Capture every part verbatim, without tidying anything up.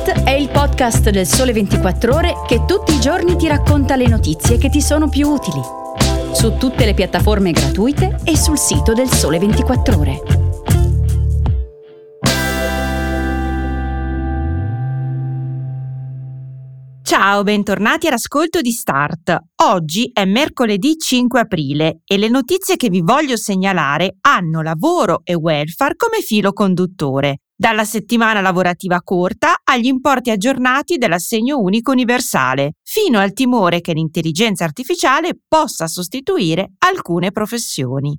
Start è il podcast del Sole ventiquattro Ore che tutti i giorni ti racconta le notizie che ti sono più utili. Su tutte le piattaforme gratuite e sul sito del Sole ventiquattro Ore. Ciao, bentornati all'ascolto di Start. Oggi è mercoledì cinque aprile e le notizie che vi voglio segnalare hanno lavoro e welfare come filo conduttore, dalla settimana lavorativa corta agli importi aggiornati dell'assegno unico universale, fino al timore che l'intelligenza artificiale possa sostituire alcune professioni.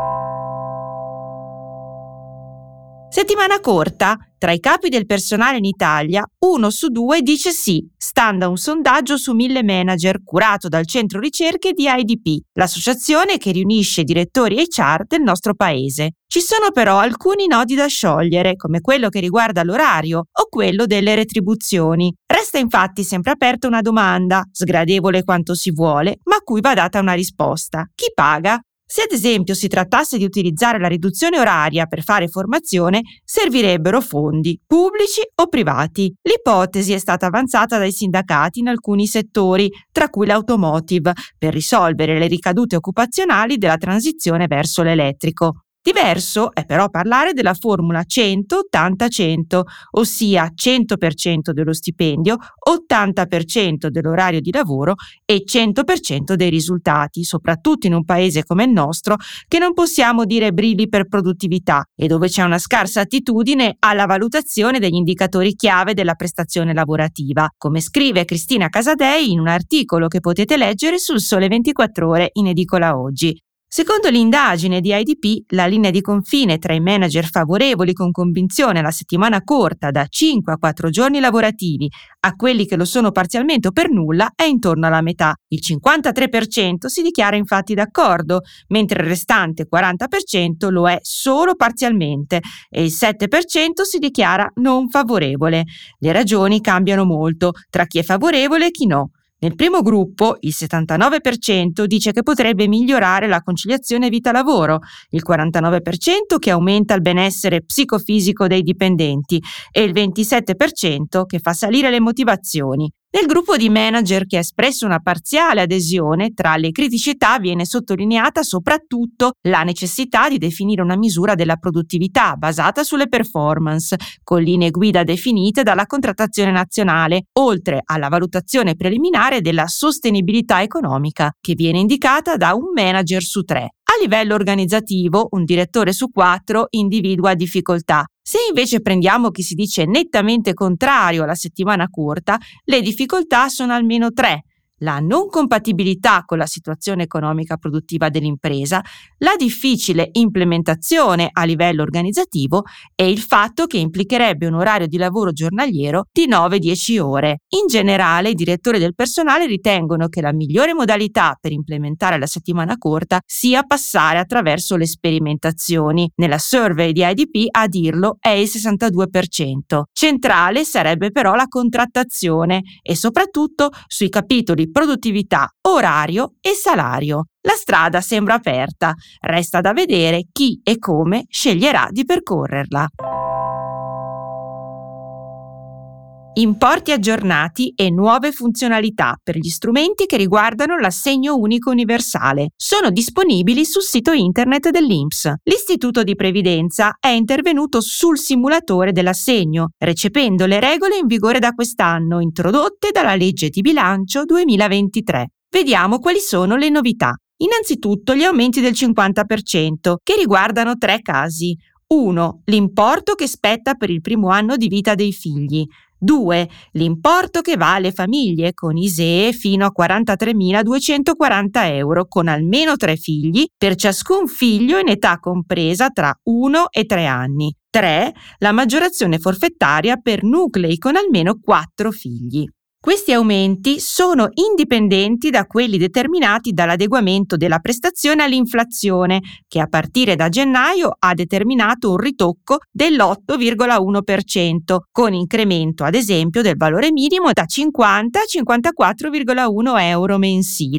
Settimana corta. Tra i capi del personale in Italia, uno su due dice sì, stando a un sondaggio su mille manager curato dal centro ricerche di I D P, l'associazione che riunisce i direttori H R del nostro paese. Ci sono però alcuni nodi da sciogliere, come quello che riguarda l'orario o quello delle retribuzioni. Resta infatti sempre aperta una domanda, sgradevole quanto si vuole, ma a cui va data una risposta. Chi paga? Se ad esempio si trattasse di utilizzare la riduzione oraria per fare formazione, servirebbero fondi, pubblici o privati. L'ipotesi è stata avanzata dai sindacati in alcuni settori, tra cui l'automotive, per risolvere le ricadute occupazionali della transizione verso l'elettrico. Diverso è però parlare della formula cento ottanta cento, ossia cento per cento dello stipendio, ottanta per cento dell'orario di lavoro e cento per cento dei risultati, soprattutto in un paese come il nostro che non possiamo dire brilli per produttività e dove c'è una scarsa attitudine alla valutazione degli indicatori chiave della prestazione lavorativa, come scrive Cristina Casadei in un articolo che potete leggere sul Sole ventiquattro Ore in edicola oggi. Secondo l'indagine di I D P, la linea di confine tra i manager favorevoli con convinzione alla settimana corta da cinque a quattro giorni lavorativi a quelli che lo sono parzialmente o per nulla è intorno alla metà. Il cinquantatré per cento si dichiara infatti d'accordo, mentre il restante quaranta per cento lo è solo parzialmente e il sette per cento si dichiara non favorevole. Le ragioni cambiano molto tra chi è favorevole e chi no. Nel primo gruppo, il settantanove per cento dice che potrebbe migliorare la conciliazione vita-lavoro, il quarantanove per cento che aumenta il benessere psicofisico dei dipendenti e il ventisette per cento che fa salire le motivazioni. Nel gruppo di manager che ha espresso una parziale adesione, tra le criticità viene sottolineata soprattutto la necessità di definire una misura della produttività basata sulle performance, con linee guida definite dalla contrattazione nazionale, oltre alla valutazione preliminare della sostenibilità economica, che viene indicata da un manager su tre. A livello organizzativo, un direttore su quattro individua difficoltà. Se invece prendiamo chi si dice nettamente contrario alla settimana corta, le difficoltà sono almeno tre. La non compatibilità con la situazione economica produttiva dell'impresa, la difficile implementazione a livello organizzativo e il fatto che implicherebbe un orario di lavoro giornaliero di nove dieci ore. In generale, i direttori del personale ritengono che la migliore modalità per implementare la settimana corta sia passare attraverso le sperimentazioni. Nella survey di I D P a dirlo è il sessantadue per cento. Centrale sarebbe però la contrattazione e soprattutto sui capitoli produttività, orario e salario. La strada sembra aperta, resta da vedere chi e come sceglierà di percorrerla. Importi aggiornati e nuove funzionalità per gli strumenti che riguardano l'assegno unico universale sono disponibili sul sito internet dell'I N P S. L'Istituto di Previdenza è intervenuto sul simulatore dell'assegno, recependo le regole in vigore da quest'anno, introdotte dalla legge di bilancio duemilaventitré. Vediamo quali sono le novità. Innanzitutto gli aumenti del cinquanta per cento, che riguardano tre casi. uno. L'importo che spetta per il primo anno di vita dei figli. due. L'importo che va alle famiglie con I S E E fino a quarantatremiladuecentoquaranta euro con almeno tre figli per ciascun figlio in età compresa tra uno e tre anni. tre. La maggiorazione forfettaria per nuclei con almeno quattro figli. Questi aumenti sono indipendenti da quelli determinati dall'adeguamento della prestazione all'inflazione, che a partire da gennaio ha determinato un ritocco dell'otto virgola uno per cento, con incremento ad esempio del valore minimo da cinquanta a cinquantaquattro virgola uno euro mensili.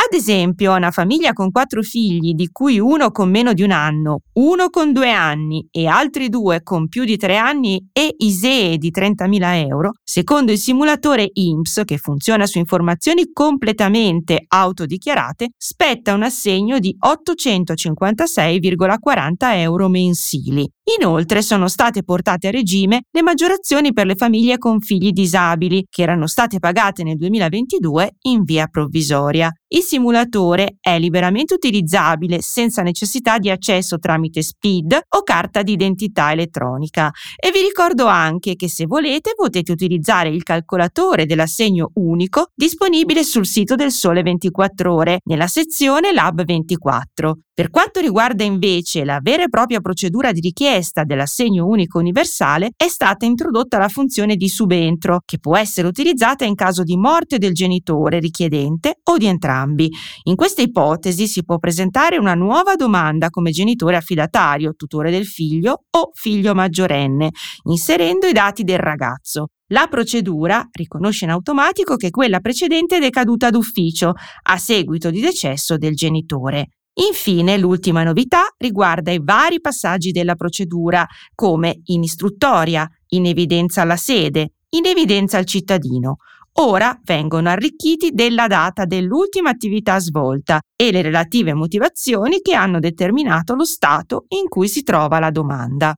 Ad esempio, una famiglia con quattro figli, di cui uno con meno di un anno, uno con due anni e altri due con più di tre anni e I S E E di trentamila euro, secondo il simulatore I N P S, che funziona su informazioni completamente autodichiarate, spetta un assegno di ottocentocinquantasei virgola quaranta euro mensili. Inoltre sono state portate a regime le maggiorazioni per le famiglie con figli disabili, che erano state pagate nel duemilaventidue in via provvisoria. Il simulatore è liberamente utilizzabile senza necessità di accesso tramite S P I D o carta d'identità elettronica. E vi ricordo anche che se volete potete utilizzare il calcolatore dell'assegno unico disponibile sul sito del Sole ventiquattro Ore nella sezione Lab ventiquattro. Per quanto riguarda invece la vera e propria procedura di richiesta dell'assegno unico universale, è stata introdotta la funzione di subentro, che può essere utilizzata in caso di morte del genitore richiedente o di entrambi. In questa ipotesi si può presentare una nuova domanda come genitore affidatario, tutore del figlio o figlio maggiorenne, inserendo i dati del ragazzo. La procedura riconosce in automatico che quella precedente è decaduta d'ufficio a seguito di decesso del genitore. Infine, l'ultima novità riguarda i vari passaggi della procedura, come in istruttoria, in evidenza alla sede, in evidenza al cittadino. Ora vengono arricchiti della data dell'ultima attività svolta e le relative motivazioni che hanno determinato lo stato in cui si trova la domanda.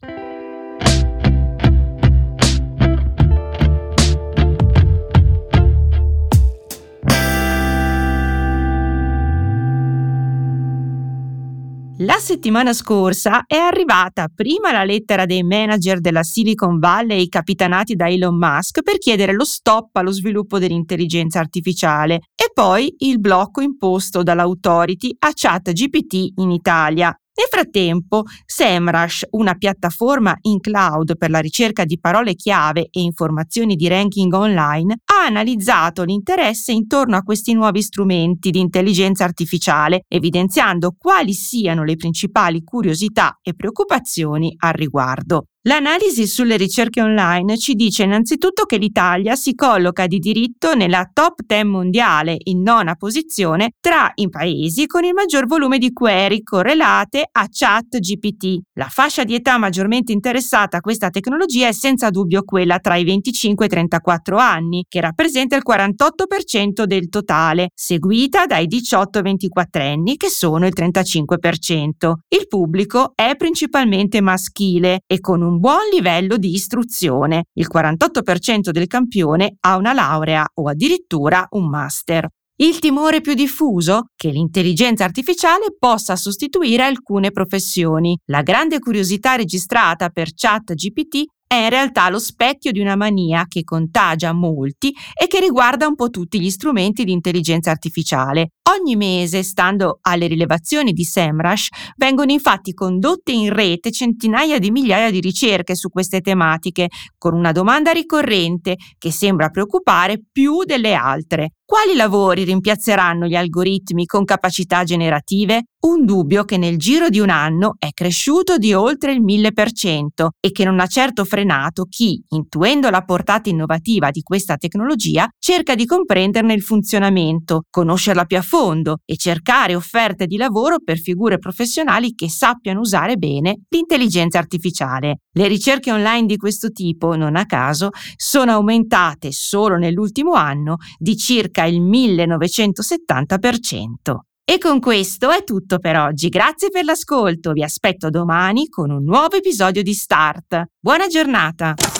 La settimana scorsa è arrivata prima la lettera dei manager della Silicon Valley capitanati da Elon Musk per chiedere lo stop allo sviluppo dell'intelligenza artificiale e poi il blocco imposto dall'autority a ChatGPT in Italia. Nel frattempo, SEMrush, una piattaforma in cloud per la ricerca di parole chiave e informazioni di ranking online, ha analizzato l'interesse intorno a questi nuovi strumenti di intelligenza artificiale, evidenziando quali siano le principali curiosità e preoccupazioni al riguardo. L'analisi sulle ricerche online ci dice innanzitutto che l'Italia si colloca di diritto nella top dieci mondiale in nona posizione tra i paesi con il maggior volume di query correlate a ChatGPT. La fascia di età maggiormente interessata a questa tecnologia è senza dubbio quella tra i venticinque e i trentaquattro anni, che rappresenta il quarantotto per cento del totale, seguita dai diciotto ventiquattro anni, che sono il trentacinque per cento. Il pubblico è principalmente maschile e con un buon livello di istruzione. Il quarantotto per cento del campione ha una laurea o addirittura un master. Il timore più diffuso? Che l'intelligenza artificiale possa sostituire alcune professioni. La grande curiosità registrata per ChatGPT è in realtà lo specchio di una mania che contagia molti e che riguarda un po' tutti gli strumenti di intelligenza artificiale. Ogni mese, stando alle rilevazioni di SEMrush, vengono infatti condotte in rete centinaia di migliaia di ricerche su queste tematiche, con una domanda ricorrente che sembra preoccupare più delle altre. Quali lavori rimpiazzeranno gli algoritmi con capacità generative? Un dubbio che nel giro di un anno è cresciuto di oltre il mille per cento e che non ha certo frenato chi, intuendo la portata innovativa di questa tecnologia, cerca di comprenderne il funzionamento, conoscerla più a fondo e cercare offerte di lavoro per figure professionali che sappiano usare bene l'intelligenza artificiale. Le ricerche online di questo tipo, non a caso, sono aumentate solo nell'ultimo anno di circa il millenovecentosettanta per cento. E con questo è tutto per oggi. Grazie per l'ascolto. Vi aspetto domani con un nuovo episodio di Start. Buona giornata!